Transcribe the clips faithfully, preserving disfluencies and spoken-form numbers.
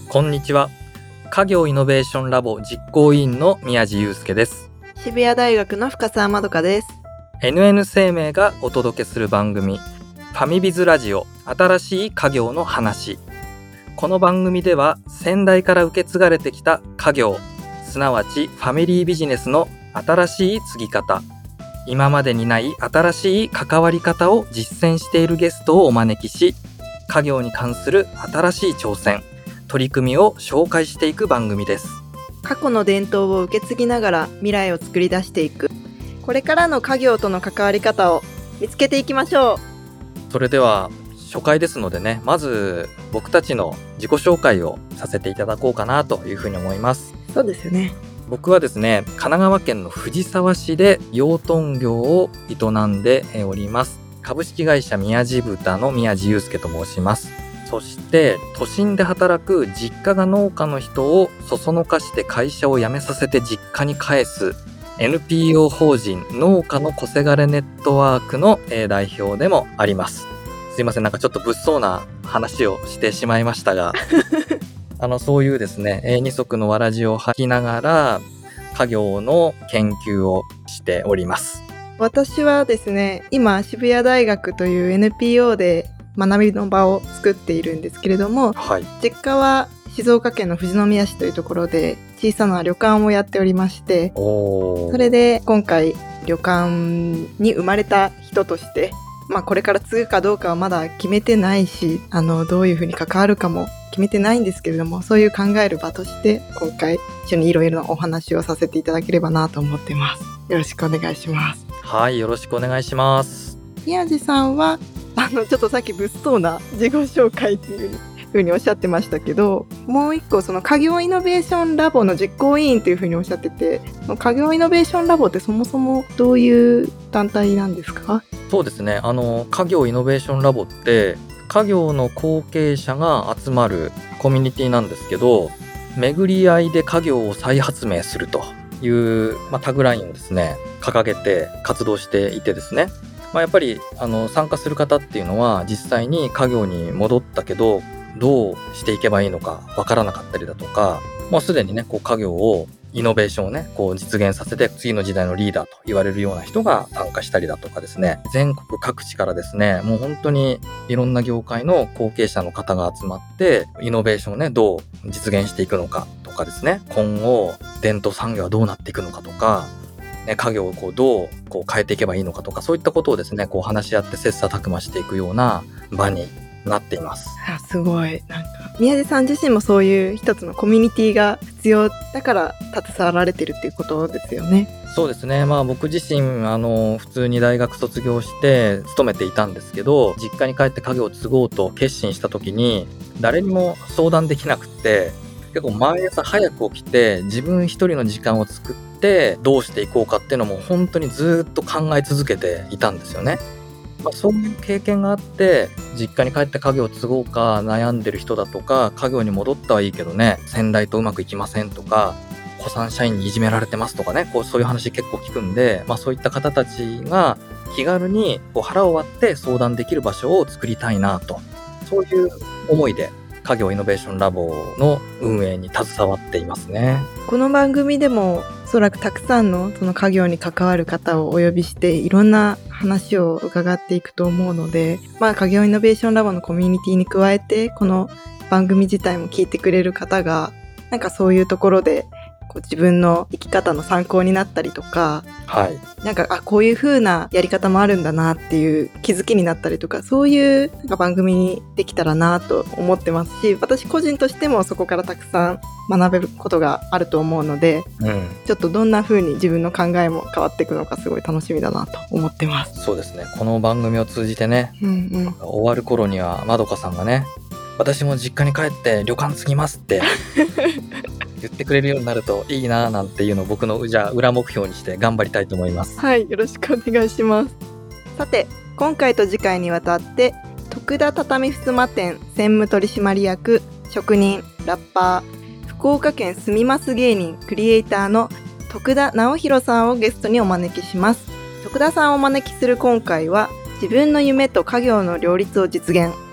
こんにちは。家業イノベーションラボ実行委員の宮地祐介です。 渋谷大学の深澤まどかです。 エヌエヌ 生命がお届けする番組ファミビズラジオ、新しい家業の話。この番組では先代から受け継がれてきた家業、すなわちファミリービジネスの新しい継ぎ方、今までにない新しい関わり方を実践しているゲストをお招きし、家業に関する新しい挑戦、取り組みを紹介していく番組です。 過去の伝統を受け継ぎながら未来を作り出していく、これからの家業との関わり方を見つけていきましょう。 それでは初回ですのでね、まず僕たちの自己紹介をさせていただこうかなというふうに思います。 そうですよね。 僕はですね、神奈川県の藤沢市で養豚業を営んでおります。株式会社宮地豚の宮地祐介と申します。そして都心で働く実家が農家の人をそそのかして会社を辞めさせて実家に返す エヌピーオー 法人農家のこせがれネットワークの代表でもあります。すいません、なんかちょっと物騒な話をしてしまいましたがあのそういうですね、二足のわらじを履きながら家業の研究をしております。 私はですね、今渋谷大学という エヌピーオー で学びの場を作っているんですけれども、 はい、 実家は静岡県の富士宮市というところで小さな旅館をやっておりまして、それで今回旅館に生まれた人として、まあ、これから継ぐかどうかはまだ決めてないし、あのどういうふうに関わるかも決めてないんですけれども、そういう考える場として今回一緒にいろいろなお話をさせていただければなと思っています。よろしくお願いします。 はい、よろしくお願いします。 宮地さんはあのちょっとさっき物騒な自己紹介っていうふうにおっしゃってましたけど、もう一個その家業イノベーションラボの実行委員というふうにおっしゃってて、家業イノベーションラボってそもそもどういう団体なんですか？ そうですね、あの家業イノベーションラボって家業の後継者が集まるコミュニティなんですけど、巡り合いで家業を再発明するという、まあ、タグラインをですね掲げて活動していてですね、まあ、やっぱりあの参加する方っていうのは実際に家業に戻ったけどどうしていけばいいのかわからなかったりだとか、もうすでにねこう家業をイノベーションをねこう実現させて次の時代のリーダーと言われるような人が参加したりだとかですね、全国各地からですねもう本当にいろんな業界の後継者の方が集まってイノベーションをねどう実現していくのかとかですね、今後伝統産業はどうなっていくのかとか、家業をこうどうこう変えていけばいいのかとか、そういったことをですねこう話し合って切磋琢磨していくような場になっています。 あ、すごい。なんか宮地さん自身もそういう一つのコミュニティが必要だから携わられてるっていうことですよね。 そうですね、まあ僕自身あの普通に大学卒業して勤めていたんですけど、実家に帰って家業を継ごうと決心した時に誰にも相談できなくて、結構毎朝早く起きて自分一人の時間を作ってどうしていこうかっていうのも本当にずっと考え続けていたんですよね。まあ、そういう経験があって実家に帰って家業を継ごうか悩んでる人だとか、家業に戻ったはいいけどね先代とうまくいきませんとか、古参社員にいじめられてますとかね、こうそういう話結構聞くんで、まあ、そういった方たちが気軽にこう腹を割って相談できる場所を作りたいなと、そういう思いで家業イノベーションラボの運営に携わっていますね。 この番組でもおそらくたくさんのその家業に関わる方をお呼びしていろんな話を伺っていくと思うので、まあ、家業イノベーションラボのコミュニティに加えてこの番組自体も聞いてくれる方がなんかそういうところでこう自分の生き方の参考になったりとか、 はい、 なんかあこういう風なやり方もあるんだなっていう気づきになったりとか、そういうなんか番組にできたらなと思ってますし、私個人としてもそこからたくさん学べることがあると思うので、うん、ちょっとどんな風に自分の考えも変わっていくのかすごい楽しみだなと思ってます。 そうですね、この番組を通じてね、うんうん、終わる頃にはまどかさんがね、私も実家に帰って旅館継ぎますって言ってくれるようになるといいななんていうのを僕のじゃあ裏目標にして頑張りたいと思います。 はい、よろしくお願いします。さて今回と次回にわたって徳田畳襖店専務取締役、職人、ラッパー、福岡県住みます芸人クリエイターの徳田直弘さんをゲストにお招きします。徳田さんをお招きする今回は自分の夢と家業の両立を実現、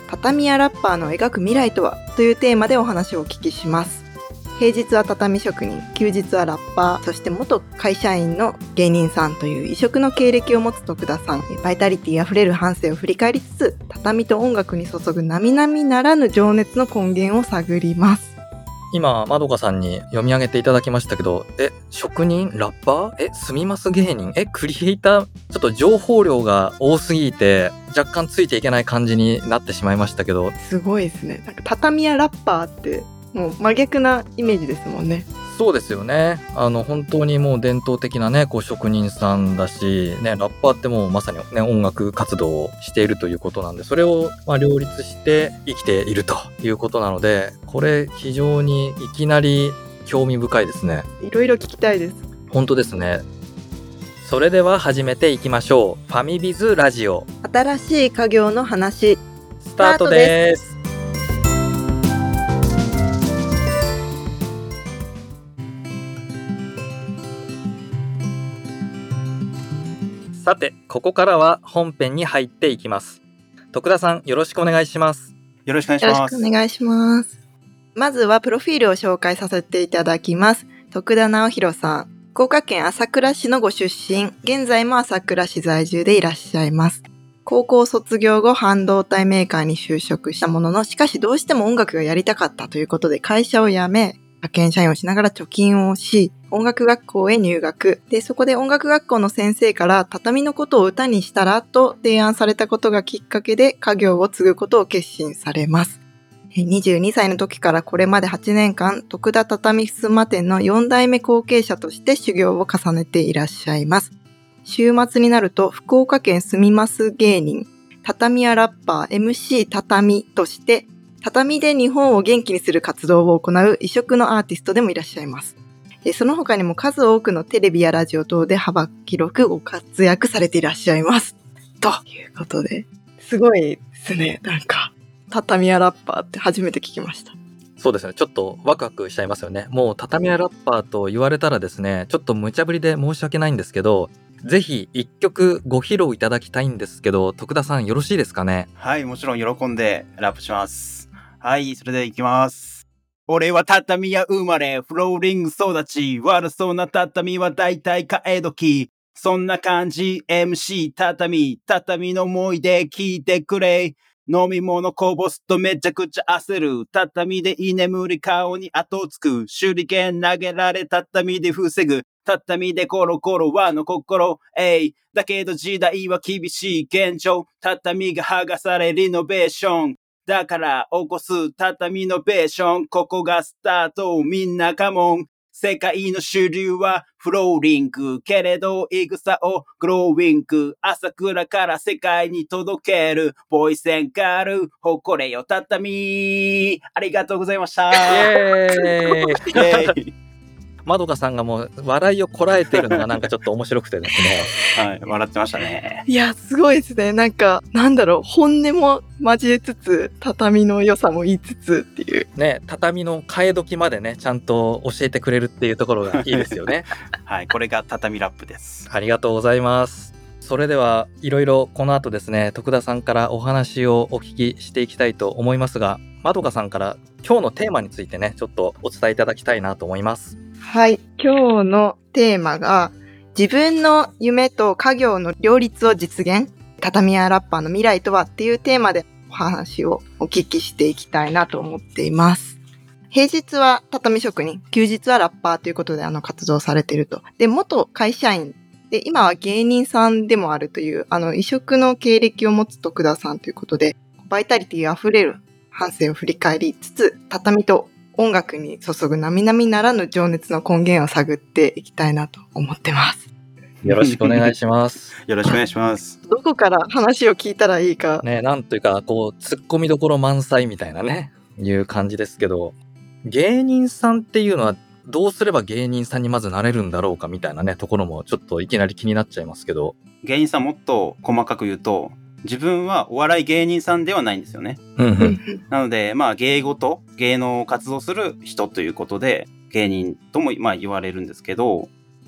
畳屋ラッパーの描く未来とはというテーマでお話をお聞きします。平日は畳職人、休日はラッパー、そして元会社員の芸人さんという異色の経歴を持つ徳田さん。バイタリティあふれる半生を振り返りつつ、畳と音楽に注ぐ並々ならぬ情熱の根源を探ります。 今まどかさんに読み上げていただきましたけど、え職人、ラッパー、え住みます芸人、えクリエイター、ちょっと情報量が多すぎて若干ついていけない感じになってしまいましたけど、 すごいですね。なんか畳やラッパーってもう真逆なイメージですもんね。 そうですよね。あの本当にもう伝統的なねこう職人さんだしね、ラッパーってもうまさにね音楽活動をしているということなんで、それをまあ両立して生きているということなので、これ非常にいきなり興味深いですね。 いろいろ聞きたいです。 本当ですね。それでは始めていきましょう。ファミビズラジオ新しい家業の話スタートです。さて、ここからは本編に入っていきます。徳田さん、よろしくお願いします。 よろしくお願いします。 よろしくお願いします。まずはプロフィールを紹介させていただきます。徳田直弘さん、福岡県朝倉市のご出身、現在も朝倉市在住でいらっしゃいます。高校卒業後、半導体メーカーに就職したものの、しかしどうしても音楽がやりたかったということで会社を辞め、派遣社員をしながら貯金をし、音楽学校へ入学。で、そこで音楽学校の先生から畳のことを歌にしたらと提案されたことがきっかけで家業を継ぐことを決心されます。にじゅうにさいの時からこれまではちねんかん、徳田畳襖店のよん代目後継者として修行を重ねていらっしゃいます。週末になると福岡県住みます芸人、畳やラッパー、エムシー 畳として、畳で日本を元気にする活動を行う異色のアーティストでもいらっしゃいます。その他にも数多くのテレビやラジオ等で幅広くご活躍されていらっしゃいます。ということで、すごいですね。なんか、畳やラッパーって初めて聞きました。 そうですね。ちょっとワクワクしちゃいますよね。もう畳やラッパーと言われたらですね、ちょっと無茶ぶりで申し訳ないんですけど、ぜひ一曲ご披露いただきたいんですけど、徳田さんよろしいですかね？ はい、もちろん喜んでラップします。はい、それではいきます。俺は畳屋生まれ、フローリング育ち、悪そうな畳は大体替え時。そんな感じ、エムシー 畳、畳の思い出聞いてくれ。飲み物こぼすとめちゃくちゃ焦る。畳で居眠り顔に後つく。手裏剣投げられ畳で防ぐ。畳でコロコロ和の心。えい。だけど時代は厳しい現状。畳が剥がされリノベーション。だから起こす畳イノベーション。ここがスタート。みんなカモン。世界の主流はフローリング。けれどイグサをグローウィング。朝倉から世界に届ける。ボイスエンガール。誇れよ畳。ありがとうございました。 イエーイ。 イエーイ。 まどかさんがもう笑いをこらえてるのがなんかちょっと面白くてですね。はい、笑ってましたね。 いや、すごいですね。なんか、なんだろう、本音も交えつつ、畳の良さも言いつつっていう。 ね、畳の替え時までね、ちゃんと教えてくれるっていうところがいいですよね。 はい、これが畳ラップです。 ありがとうございます。それではいろいろこの後ですね、徳田さんからお話をお聞きしていきたいと思いますが、まどかさんから今日のテーマについてね、ちょっとお伝えいただきたいなと思います。 はい、今日のテーマが自分の夢と家業の両立を実現、畳やラッパーの未来とはっていうテーマでお話をお聞きしていきたいなと思っています。平日は畳職人、休日はラッパーということであの活動されていると。で、元会社員で今は芸人さんでもあるというあの異色の経歴を持つ徳田さんということで、バイタリティあふれる半生を振り返りつつ、畳と音楽に注ぐ並々ならぬ情熱の根源を探っていきたいなと思ってます。 よろしくお願いします。 よろしくお願いします。 どこから話を聞いたらいいか。 ね、なんというか、こう、突っ込みどころ満載みたいなね、いう感じですけど、芸人さんっていうのはどうすれば芸人さんにまずなれるんだろうかみたいなね、ところもちょっといきなり気になっちゃいますけど。 芸人さんもっと細かく言うと、自分はお笑い芸人さんではないんですよね。 うんうん、 なので、まあ、芸事、芸能活動する人ということで、芸人ともまあ言われるんですけど、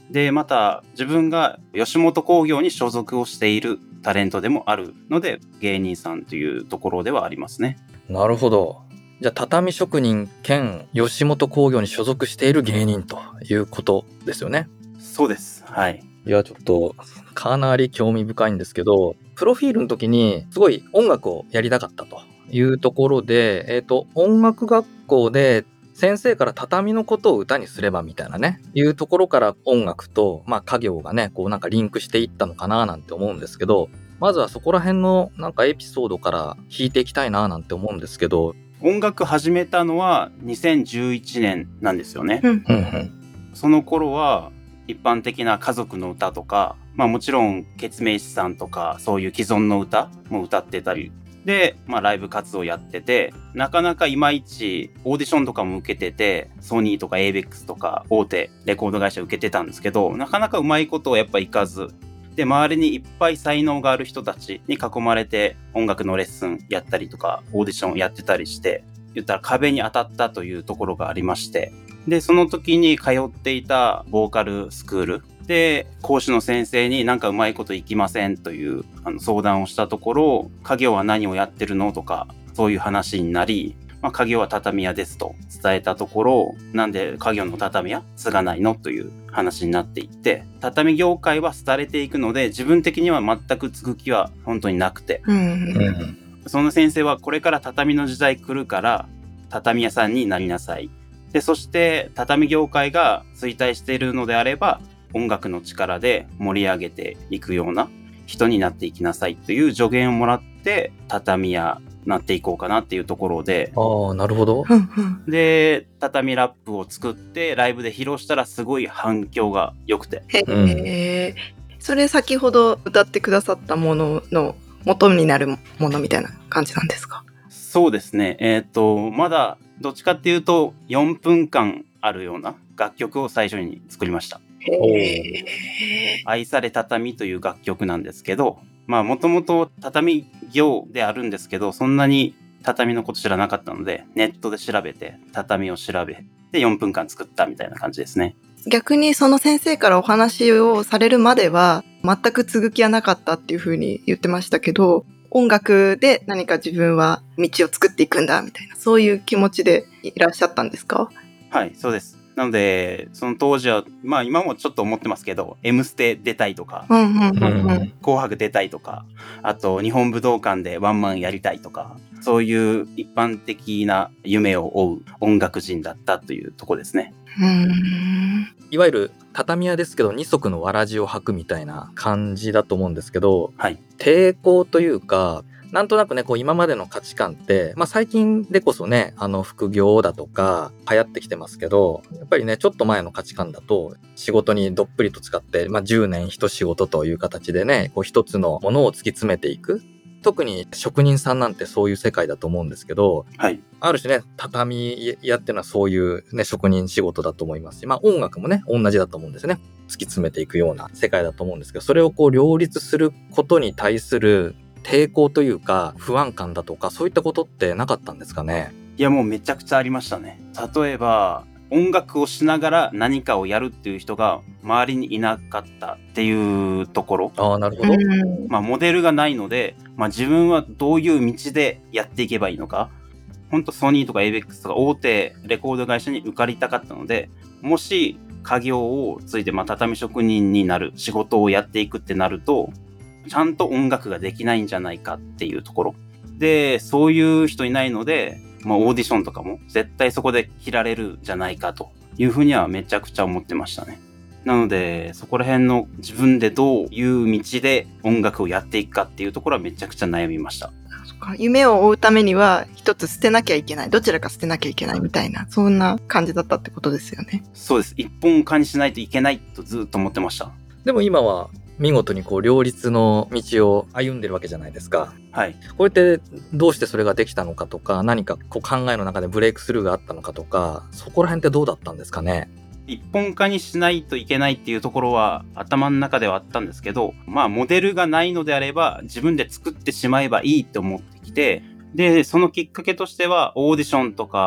で、また自分が吉本興業に所属をしているタレントでもあるので、芸人さんというところではありますね。 なるほど。じゃあ畳職人兼吉本興業に所属している芸人ということですよね。 そうです。はい。 いや、ちょっとかなり興味深いんですけど、プロフィールの時にすごい音楽をやりたかったというところで、えっと、音楽学校で先生から畳のことを歌にすればみたいなね、いうところから音楽と、まあ家業がね、こうなんかリンクしていったのかななんて思うんですけど、まずはそこら辺のなんかエピソードから弾いていきたいななんて思うんですけど。 音楽始めたのはにせんじゅういちねんなんですよね。 うんうんうん、 その頃は一般的な家族の歌とか、まあもちろんケツメイシさんとかそういう既存の歌も歌ってたりで、まあライブ活動やってて、なかなかいまいちオーディションとかも受けてて、ソニーとか エイベックス とか大手レコード会社受けてたんですけど、なかなかうまいことやっぱいかず、で、周りにいっぱい才能がある人たちに囲まれて音楽のレッスンやったりとか、オーディションやってたりして、言ったら壁に当たったというところがありまして、で、その時に通っていたボーカルスクールで、講師の先生になんかうまいこといきませんというあの相談をしたところ、家業は何をやってるのとか、そういう話になり、まあ、家業は畳屋ですと伝えたところ、なんで家業の畳屋継がないのという話になっていって、畳業界は廃れていくので、自分的には全く継ぐ気は本当になくて、 うんうんその先生はこれから畳の時代来るから畳屋さんになりなさい。で、そして畳業界が衰退しているのであれば音楽の力で盛り上げていくような人になっていきなさいという助言をもらって畳屋になっていこうかなっていうところで、 ああ、なるほど。 うんうんで、畳ラップを作ってライブで披露したらすごい反響が良くて。 へえ、それ先ほど歌ってくださったものの元になるものみたいな感じなんですか？ そうですね。えっと、まだどっちかっていうとよんぷんかんあるような楽曲を最初に作りました。 へ愛され畳という楽曲なんですけど、まあもともと畳業であるんですけど、そんなに畳のこと知らなかったので、ネットで調べて、畳を調べてよんぷんかん作ったみたいな感じですね。 逆にその先生からお話をされるまでは全く継ぐ気はなかったっていう風に言ってましたけど、音楽で何か自分は道を作っていくんだみたいな、そういう気持ちでいらっしゃったんですか？ はい、そうです。なので、その当時は、まあ今もちょっと思ってますけど、M ステ出たいとか、 うんうんうんうん、 紅白出たいとか、あと日本武道館でワンマンやりたいとか、そういう一般的な夢を追う音楽人だったというところですね。 うーん、 いわゆる畳屋ですけど二足のわらじを履くみたいな感じだと思うんですけど、 はい。 抵抗というか、なんとなくね、こう今までの価値観って、まあ最近でこそね、あの副業だとか流行ってきてますけど、やっぱりね、ちょっと前の価値観だと、仕事にどっぷりと使って、まあじゅうねん一仕事という形でね、こう一つのものを突き詰めていく。特に職人さんなんてそういう世界だと思うんですけど、 はい。 ある種ね、畳屋っていうのはそういうね、職人仕事だと思いますし、まあ音楽もね、同じだと思うんですね。突き詰めていくような世界だと思うんですけど、それをこう両立することに対する抵抗というか不安感だとか、そういったことってなかったんですかね？ いやもうめちゃくちゃありましたね。例えば、音楽をしながら何かをやるっていう人が周りにいなかったっていうところ。 ああ、なるほど。 まあモデルがないので、まあ自分はどういう道でやっていけばいいのか。ほんとソニーとか エイベックス とか大手レコード会社に受かりたかったので、もし家業をついてまあ畳職人になる仕事をやっていくってなると、ちゃんと音楽ができないんじゃないかっていうところ。で、そういう人いないので、まあオーディションとかも絶対そこで切られるんじゃないかというふうにはめちゃくちゃ思ってましたね。なので、そこら辺の自分でどういう道で音楽をやっていくかっていうところはめちゃくちゃ悩みました。 夢を追うためには一つ捨てなきゃいけない、どちらか捨てなきゃいけないみたいな、そんな感じだったってことですよね。 そうです。一本化にしないといけないとずっと思ってました。 でも今は見事にこう両立の道を歩んでるわけじゃないですか。 はい。 これってどうしてそれができたのかとか、何かこう考えの中でブレイクスルーがあったのかとか、そこら辺ってどうだったんですかね？ 一本化にしないといけないっていうところは頭の中ではあったんですけど、まあモデルがないのであれば自分で作ってしまえばいいと思ってきて、で、そのきっかけとしてはオーディションとか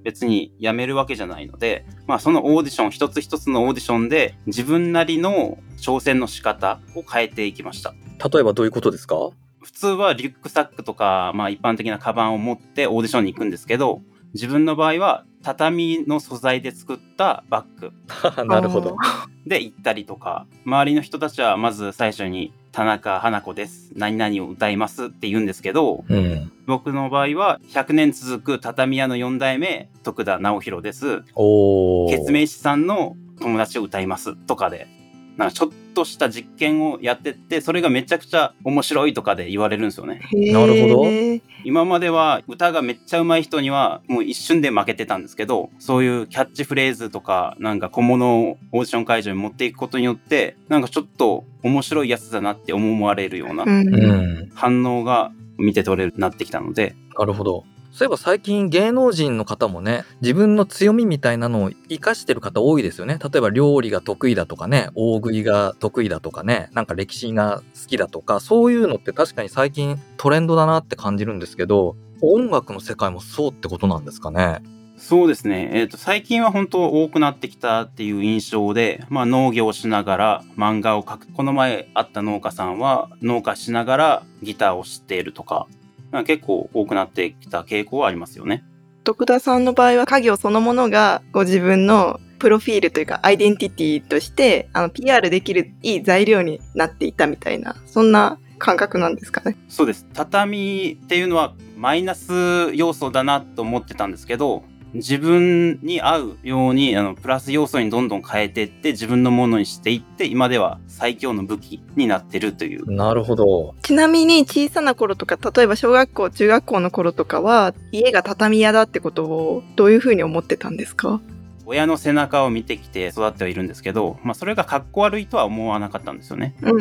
別に辞めるわけじゃないので、まあそのオーディション、一つ一つのオーディションで自分なりの挑戦の仕方を変えていきました。 例えばどういうことですか？ 普通はリュックサックとか、まあ一般的なカバンを持ってオーディションに行くんですけど、自分の場合は畳の素材で作ったバッグなるほど。 で行ったりとか、周りの人たちはまず最初に田中花子です、何々を歌いますって言うんですけど、 うん、 僕の場合はひゃくねん続く畳屋のよん代目徳田直弘です。 おー。 ケツメイシさんの友達を歌いますとかで、なんかちょっとした実験をやってって、それがめちゃくちゃ面白いとかで言われるんですよね。 なるほど。 今までは歌がめっちゃ上手い人にはもう一瞬で負けてたんですけど、そういうキャッチフレーズとかなんか小物をオーディション会場に持っていくことによって、なんかちょっと面白いやつだなって思われるような反応が見て取れるようになってきたので、 なるほど。そういえば最近芸能人の方もね、自分の強みみたいなのを活かしてる方多いですよね。例えば料理が得意だとかね、大食いが得意だとかね、なんか歴史が好きだとか、そういうのって確かに最近トレンドだなって感じるんですけど、音楽の世界もそうってことなんですかね。 そうですね。えっと、最近は本当多くなってきたっていう印象で、まあ農業をしながら漫画を描く。この前会った農家さんは農家しながらギターを知っているとか、結構多くなってきた傾向はありますよね。 徳田さんの場合は家業そのものがご自分のプロフィールというかアイデンティティとしてあの ピーアール できるいい材料になっていたみたいな、そんな感覚なんですかね。 そうです。畳っていうのはマイナス要素だなと思ってたんですけど、自分に合うようにあのプラス要素にどんどん変えていって自分のものにしていって、今では最強の武器になってるという。 なるほど。 ちなみに小さな頃とか、例えば小学校中学校の頃とかは家が畳屋だってことをどういうふうに思ってたんですか？ 親の背中を見てきて育ってはいるんですけど、まあそれがかっこ悪いとは思わなかったんですよね。 うんうん。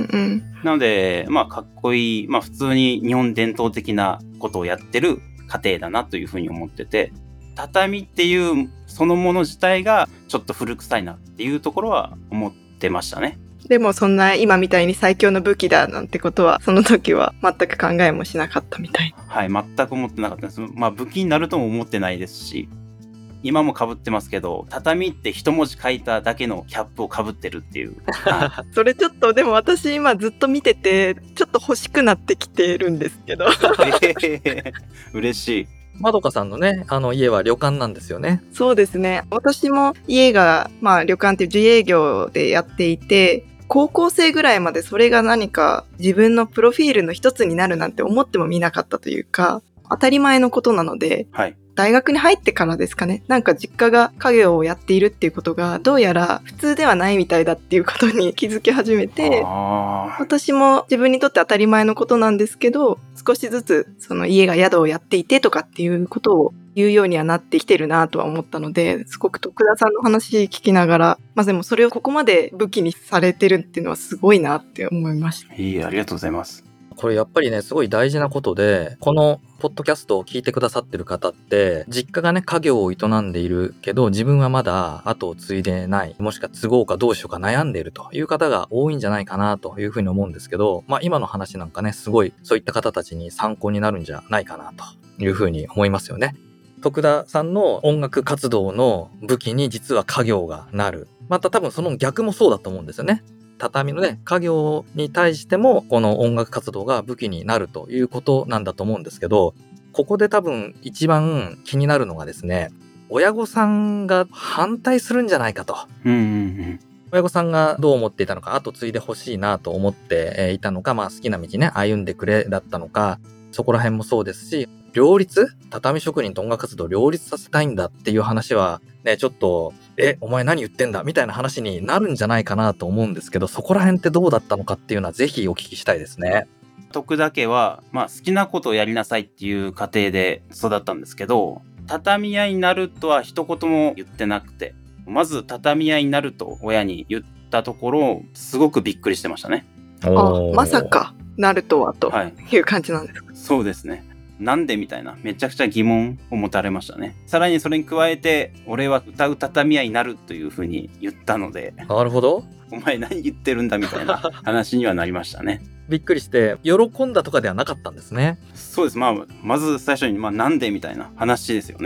なのでまあかっこいい、まあ普通に日本伝統的なことをやってる家庭だなというふうに思ってて、畳っていうそのもの自体がちょっと古臭いなっていうところは思ってましたね。 でもそんな今みたいに最強の武器だなんてことはその時は全く考えもしなかったみたい。 はい、全く思ってなかったです。まあ武器になるとも思ってないですし、今も被ってますけど、畳って一文字書いただけのキャップを被ってるっていう。 はい、それちょっとでも私今ずっと見ててちょっと欲しくなってきてるんですけど。 えー、嬉しい。 まどかさんのね、あの家は旅館なんですよね。 そうですね。私も家が、まあ旅館っていう自営業でやっていて、高校生ぐらいまでそれが何か自分のプロフィールの一つになるなんて思ってもみなかったというか、当たり前のことなので、 はい、 大学に入ってからですかね。なんか実家が家業をやっているっていうことがどうやら普通ではないみたいだっていうことに気づき始めて、私も自分にとって当たり前のことなんですけど、少しずつその家が宿をやっていてとかっていうことを言うようにはなってきてるなとは思ったので、すごく徳田さんの話聞きながら、まあでもそれをここまで武器にされてるっていうのはすごいなって思いました。 いい、ありがとうございます。 これやっぱりねすごい大事なことで、このポッドキャストを聞いてくださってる方って実家がね家業を営んでいるけど自分はまだ後を継いでない、もしくは継ごうかどうしようか悩んでいるという方が多いんじゃないかなというふうに思うんですけど、まあ今の話なんかねすごいそういった方たちに参考になるんじゃないかなというふうに思いますよね。徳田さんの音楽活動の武器に実は家業がなる、また多分その逆もそうだと思うんですよね。畳のね家業に対してもこの音楽活動が武器になるということなんだと思うんですけど、ここで多分一番気になるのがですね、親御さんが反対するんじゃないかと、 うんうんうん、 親御さんがどう思っていたのか、後継いでほしいなと思っていたのか、まあ好きな道ね歩んでくれだったのか、そこら辺もそうですし、両立、畳職人と音楽活動を両立させたいんだっていう話はね、ちょっとえお前何言ってんだみたいな話になるんじゃないかなと思うんですけど、そこら辺ってどうだったのかっていうのはぜひお聞きしたいですね。 徳田家は、まあ、好きなことをやりなさいっていう家庭で育ったんですけど、畳屋になるとは一言も言ってなくて、まず畳屋になると親に言ったところすごくびっくりしてましたね。 あ、まさかなるとはという感じなんですか。 はい、そうですね。なんでみたいなめちゃくちゃ疑問を持たれましたね。さらにそれに加えて俺は歌う畳屋になるというふうに言ったので、 なるほど、 お前何言ってるんだみたいな話にはなりましたね。 びっくりして喜んだとかではなかったんですね。 そうです。まあまず最初に、まあ、なんでみたいな話ですよね。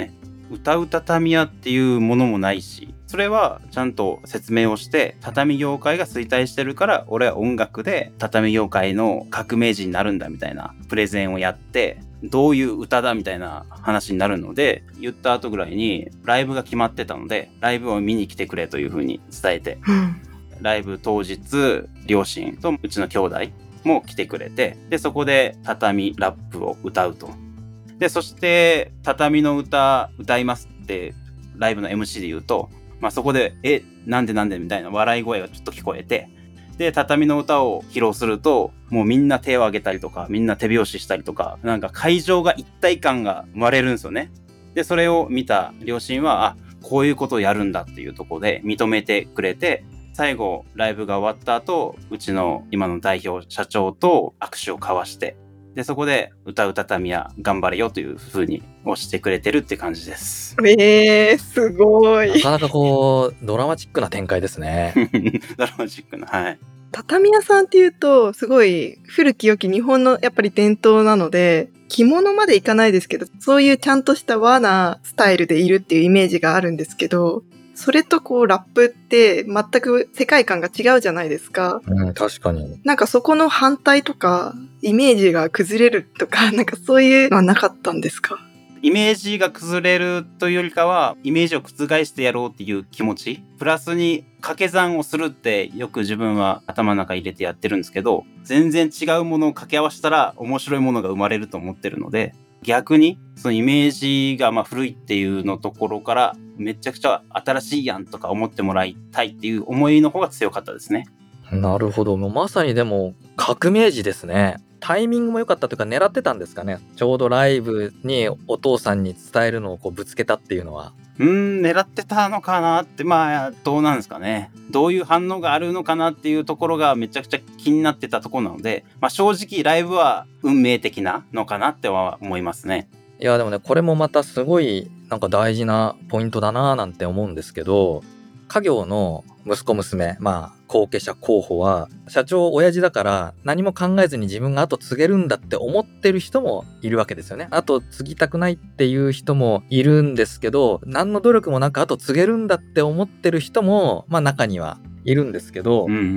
歌う畳屋っていうものもないし、それはちゃんと説明をして、畳業界が衰退してるから俺は音楽で畳業界の革命児になるんだみたいなプレゼンをやって、どういう歌だみたいな話になるので、言った後ぐらいにライブが決まってたので、ライブを見に来てくれという風に伝えて、ライブ当日両親とうちの兄弟も来てくれて、でそこで畳ラップを歌うと。でそして畳の歌歌いますってライブの エムシー で言うと、まあ、そこでえなんでなんでみたいな笑い声がちょっと聞こえて、で畳の歌を披露するともうみんな手を挙げたりとか、みんな手拍子したりとか、なんか会場が一体感が生まれるんですよね。でそれを見た両親は、あこういうことをやるんだっていうところで認めてくれて、最後ライブが終わった後、うちの今の代表社長と握手を交わして、でそこで歌う畳屋頑張れよという風に押してくれてるって感じです。 えー、すごい。 なかなかこうドラマチックな展開ですね。 ドラマチックな、はい。 畳屋さんっていうとすごい古き良き日本のやっぱり伝統なので、着物までいかないですけど、そういうちゃんとした和なスタイルでいるっていうイメージがあるんですけど、それとこうラップって全く世界観が違うじゃないですか。 うん、確かに。 なんかそこの反対とかイメージが崩れるとか、なんかそういうのはなかったんですか？ イメージが崩れるというよりかは、イメージを覆してやろうっていう気持ち、プラスに掛け算をするってよく自分は頭の中入れてやってるんですけど、全然違うものを掛け合わせたら面白いものが生まれると思ってるので、逆にそのイメージがまあ古いっていうのところからめちゃくちゃ新しいやんとか思ってもらいたいっていう思いの方が強かったですね。 なるほど。もうまさにでも革命児ですね。タイミングも良かったというか狙ってたんですかね。ちょうどライブにお父さんに伝えるのをこうぶつけたっていうのは。 うーん狙ってたのかなって、まあどうなんですかね。どういう反応があるのかなっていうところがめちゃくちゃ気になってたところなので、まあ正直ライブは運命的なのかなっては思いますね。 いやでもね、これもまたすごいなんか大事なポイントだななんて思うんですけど、家業の息子娘、まあ後継者候補は社長親父だから何も考えずに自分が後継げるんだって思ってる人もいるわけですよね。後継ぎたくないっていう人もいるんですけど、何の努力もなく後継げるんだって思ってる人もまあ中にはいるんですけど、 うんうん、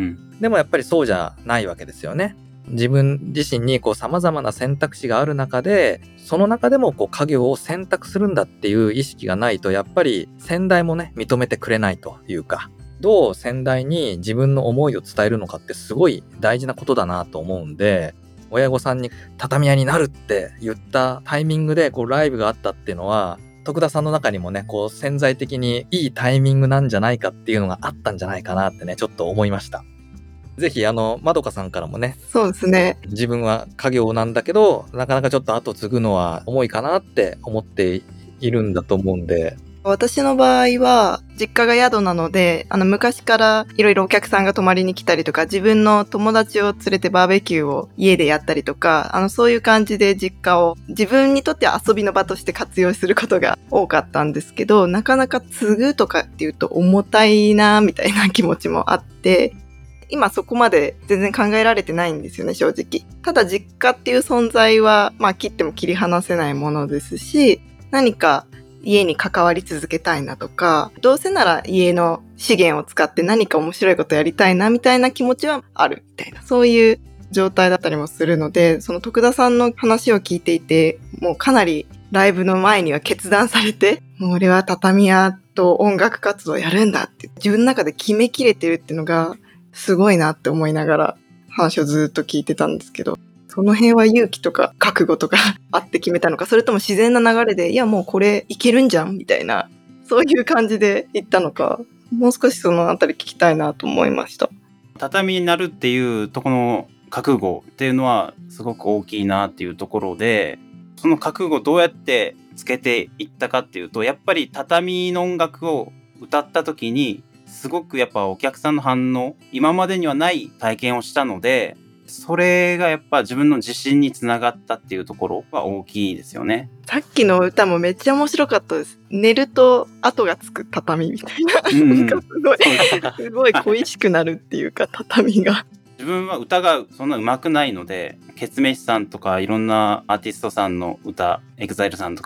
でもやっぱりそうじゃないわけですよね。自分自身にこう様々な選択肢がある中で、その中でもこう家業を選択するんだっていう意識がないと、やっぱり先代もね認めてくれないというか、どう先代に自分の思いを伝えるのかってすごい大事なことだなと思うんで、親御さんに畳屋になるって言ったタイミングでこうライブがあったっていうのは、徳田さんの中にもねこう潜在的にいいタイミングなんじゃないかっていうのがあったんじゃないかなってねちょっと思いました。ぜひあのまどかさんからもね、 そうですね、 自分は家業なんだけどなかなかちょっと後継ぐのは重いかなって思っているんだと思うんで。 私の場合は実家が宿なので、あの昔からいろいろお客さんが泊まりに来たりとか、自分の友達を連れてバーベキューを家でやったりとか、あのそういう感じで実家を自分にとっては遊びの場として活用することが多かったんですけど、なかなか継ぐとかっていうと重たいなみたいな気持ちもあって、今そこまで全然考えられてないんですよね、正直。ただ実家っていう存在はまあ切っても切り離せないものですし、何か家に関わり続けたいなとか、どうせなら家の資源を使って何か面白いことやりたいなみたいな気持ちはあるみたいな、そういう状態だったりもするので、その徳田さんの話を聞いていて、もうかなりライブの前には決断されて、もう俺は畳屋と音楽活動をやるんだって自分の中で決めきれてるっていうのがすごいなって思いながら話をずっと聞いてたんですけど、その辺は勇気とか覚悟とかあって決めたのか、それとも自然な流れでいやもうこれいけるんじゃんみたいな、そういう感じで言ったのか、もう少しそのあたり聞きたいなと思いました。 畳になるっていうところの覚悟っていうのはすごく大きいなっていうところで、その覚悟どうやってつけていったかっていうと、やっぱり畳の音楽を歌った時にすごくやっぱお客さんの反応、今までにはない体験をしたので、それがやっぱ自分の自信につながったっていうところは大きいですよね。 さっきの歌もめっちゃ面白かったです。寝ると跡がつく畳みたいな、うんうん、なんかすごいすごい恋しくなるっていうか畳が。 自分は歌がそんな上手くないので、ケツメイシさんとかいろんなアーティストさんの歌、エグザイルさんとか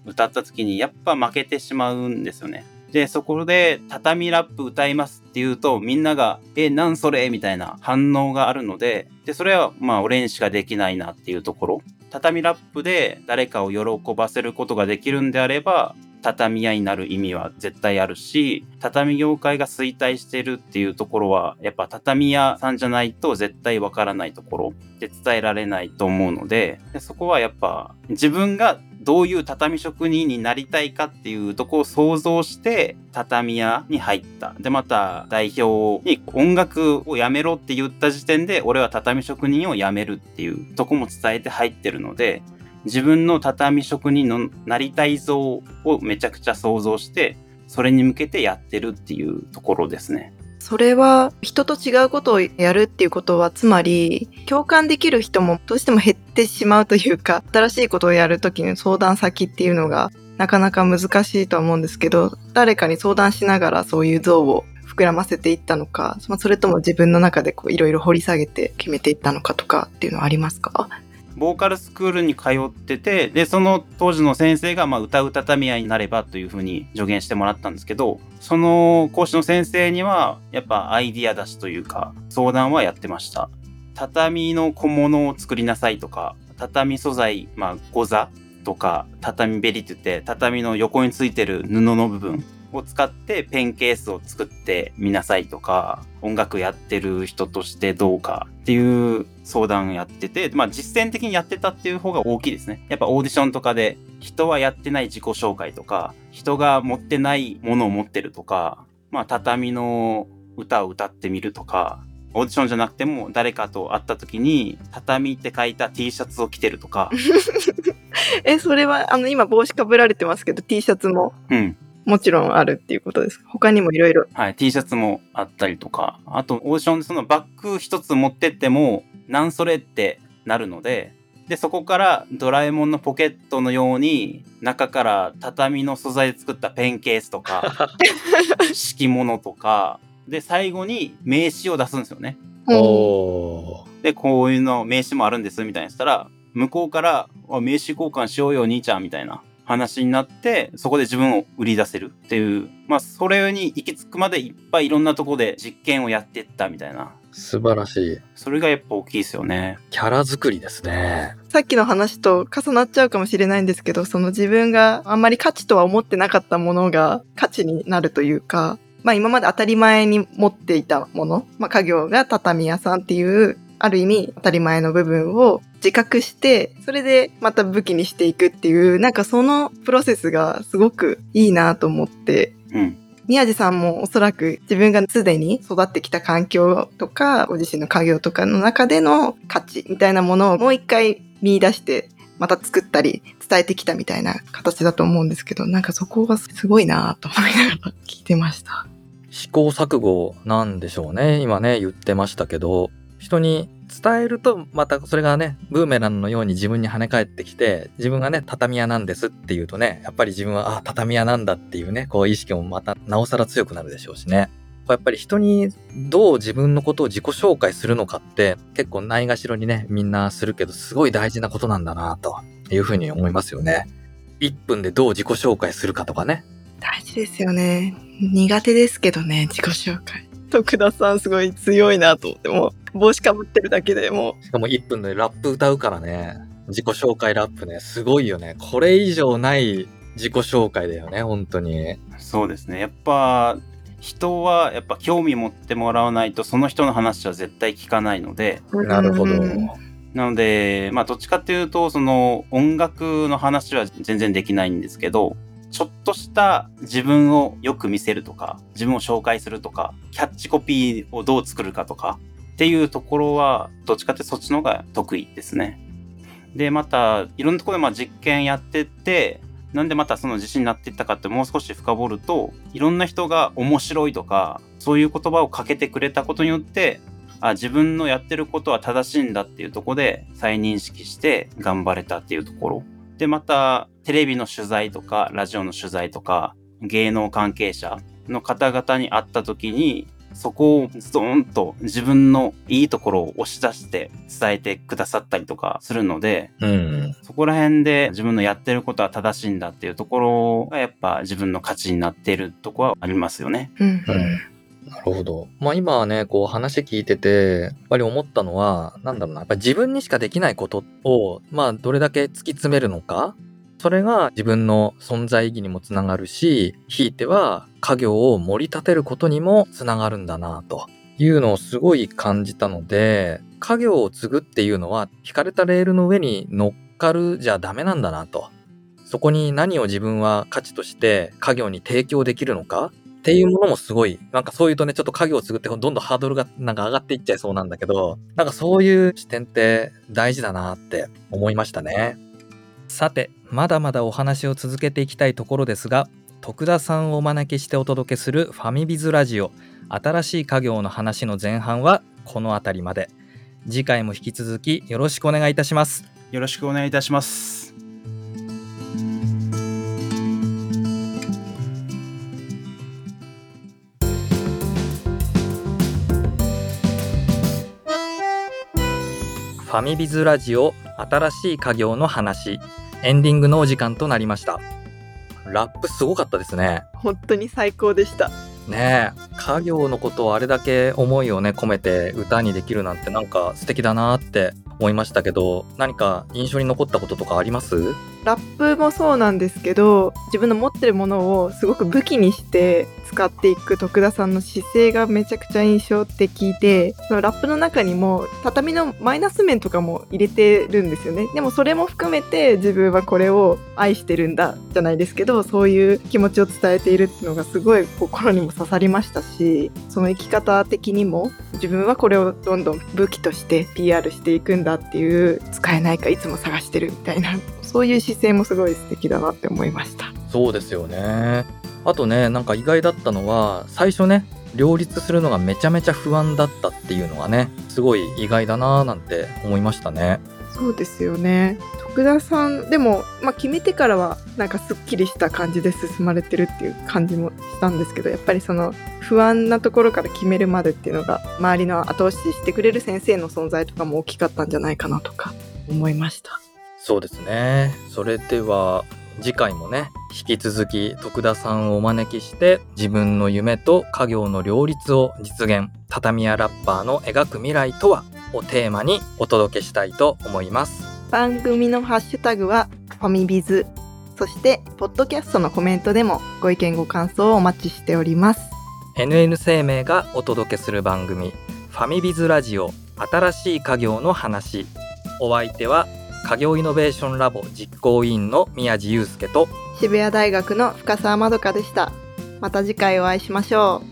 歌った時にやっぱ負けてしまうんですよね。で、そこで畳ラップ歌いますって言うとみんながえ、なんそれみたいな反応があるので、で、それはまあ俺にしかできないなっていうところ。畳ラップで誰かを喜ばせることができるんであれば、畳屋になる意味は絶対あるし、畳業界が衰退してるっていうところはやっぱ畳屋さんじゃないと絶対わからないところで伝えられないと思うので、でそこはやっぱ自分がどういう畳職人になりたいかっていうところを想像して畳屋に入った。で、また代表に音楽をやめろって言った時点で俺は畳職人をやめるっていうとこも伝えて入ってるので、自分の畳職人のなりたい像をめちゃくちゃ想像してそれに向けてやってるっていうところですね。 それは人と違うことをやるっていうことは、つまり共感できる人もどうしても減ってしまうというか、新しいことをやるときの相談先っていうのがなかなか難しいとは思うんですけど、誰かに相談しながらそういう像を膨らませていったのか、それとも自分の中でいろいろ掘り下げて決めていったのかとかっていうのはありますか？ ボーカルスクールに通ってて、で、その当時の先生が、まあ、歌う畳屋になればというふうに助言してもらったんですけど、その講師の先生には、やっぱアイディア出しというか、相談はやってました。畳の小物を作りなさいとか、畳素材、まあ、ゴザとか、畳ベリって言って、畳の横についてる布の部分を使ってペンケースを作ってみなさいとか、音楽やってる人としてどうかっていう相談やってて、まあ実践的にやってたっていう方が大きいですね。やっぱオーディションとかで人はやってない自己紹介とか、人が持ってないものを持ってるとか、まあ畳の歌を歌ってみるとか、オーディションじゃなくても誰かと会った時に畳って書いた T シャツを着てるとか。 え、それはあの今帽子かぶられてますけど T シャツも。うん。もちろんあるっていうことですか？他にもいろいろ。 はい、T シャツもあったりとか、あとオーディションでそのバッグ一つ持ってっても、なんそれってなるので、で、そこからドラえもんのポケットのように、中から畳の素材で作ったペンケースとか、敷物とか、で、最後に名刺を出すんですよね。 おー。 で、こういうの名刺もあるんですみたいにしたら、向こうから、名刺交換しようよ兄ちゃんみたいな話になって、そこで自分を売り出せるっていう、まあそれに行き着くまでいっぱいいろんなところで実験をやっていったみたいな。 素晴らしい。 それがやっぱ大きいですよね。 キャラ作りですね。 さっきの話と重なっちゃうかもしれないんですけど、その自分があんまり価値とは思ってなかったものが価値になるというか、まあ今まで当たり前に持っていたもの、まあ家業が畳屋さんっていうある意味当たり前の部分を自覚して、それでまた武器にしていくっていう、なんかそのプロセスがすごくいいなと思って、 うん、 宮地さんもおそらく自分がすでに育ってきた環境とか、ご自身の家業とかの中での価値みたいなものをもう一回見出して、また作ったり伝えてきたみたいな形だと思うんですけど、なんかそこがすごいなと思いながら聞いてました。 試行錯誤なんでしょうね。今ね、言ってましたけど、人に伝えるとまたそれがね、ブーメランのように自分に跳ね返ってきて、自分がね、畳屋なんですっていうとね、やっぱり自分は、あ、畳屋なんだっていうね、こう意識もまたなおさら強くなるでしょうしね。やっぱり人にどう自分のことを自己紹介するのかって結構ないがしろにね、みんなするけど、すごい大事なことなんだなというふうに思いますよね。いっぷんでどう自己紹介するかとかね。 大事ですよね。苦手ですけどね、自己紹介。徳田さんすごい強いなと思って、もう帽子かぶってるだけでもう。 しかもいっぷんでラップ歌うからね。自己紹介ラップね、すごいよね。これ以上ない自己紹介だよね、本当に。 そうですね。やっぱ人はやっぱ興味持ってもらわないとその人の話は絶対聞かないので。 なるほど。 なので、まあどっちかっていうとその音楽の話は全然できないんですけど、ちょっとした自分をよく見せるとか、自分を紹介するとか、キャッチコピーをどう作るかとかっていうところはどっちかってそっちの方が得意ですね。で、またいろんなところでまあ実験やってって、なんでまたその自信になっていったかってもう少し深掘ると、いろんな人が面白いとか、そういう言葉をかけてくれたことによって、あ、自分のやってることは正しいんだっていうところで再認識して頑張れたっていうところ。で、またテレビの取材とかラジオの取材とか芸能関係者の方々に会った時に、 そこをズドーンと自分のいいところを押し出して伝えてくださったりとかするので、 うん、 そこら辺で自分のやってることは正しいんだっていうところがやっぱ自分の価値になっているところはありますよね。 うんうんなるほど。まあ今はね、こう話聞いてて、やっぱり思ったのは、なんだろうな、やっぱり自分にしかできないことを、まあどれだけ突き詰めるのか、それが自分の存在意義にもつながるし、ひいては家業を盛り立てることにもつながるんだなというのをすごい感じたので、家業を継ぐっていうのは、引かれたレールの上に乗っかるじゃダメなんだなと。そこに何を自分は価値として家業に提供できるのかっていうものもすごい、なんかそういうとね、ちょっと家業を継ぐってどんどんハードルがなんか上がっていっちゃいそうなんだけど、なんかそういう視点って大事だなって思いましたね。さて、まだまだお話を続けていきたいところですが、徳田さんをお招きしてお届けするファミビズラジオ、新しい家業の話の前半はこのあたりまで。次回も引き続きよろしくお願いいたします。 よろしくお願いいたします。 ファミビズラジオ新しい家業の話、エンディングのお時間となりました。ラップすごかったですね。 本当に最高でした。 ねえ、家業のことをあれだけ思いをね込めて歌にできるなんてなんか素敵だなって思いましたけど、何か印象に残ったこととかあります？ ラップもそうなんですけど、自分の持ってるものをすごく武器にして使っていく徳田さんの姿勢がめちゃくちゃ印象的で、そのラップの中にも畳のマイナス面とかも入れてるんですよね。でもそれも含めて自分はこれを愛してるんだじゃないですけど、そういう気持ちを伝えているっていうのがすごい心にも刺さりましたし、その生き方的にも自分はこれをどんどん武器として ピーアール していくんだっていう、使えないかいつも探してるみたいな、そういう姿勢もすごい素敵だなって思いました。 そうですよね。あとね、なんか意外だったのは、最初ね両立するのがめちゃめちゃ不安だったっていうのがね、すごい意外だなーなんて思いましたね。 そうですよね。徳田さんでも、まあ、決めてからはなんかすっきりした感じで進まれてるっていう感じもしたんですけど、やっぱりその不安なところから決めるまでっていうのが、周りの後押ししてくれる先生の存在とかも大きかったんじゃないかなとか思いました。 そうですね。それでは次回もね、引き続き徳田さんをお招きして自分の夢と家業の両立を実現、畳屋ラッパーの描く未来とはをテーマにお届けしたいと思います。 番組のハッシュタグはファミビズ、そしてポッドキャストのコメントでもご意見ご感想をお待ちしております。 エヌエヌ 生命がお届けする番組ファミビズラジオ新しい家業の話、お相手は家業イノベーションラボ実行委員の宮地祐介と渋谷大学の深澤まどかでした。また次回お会いしましょう。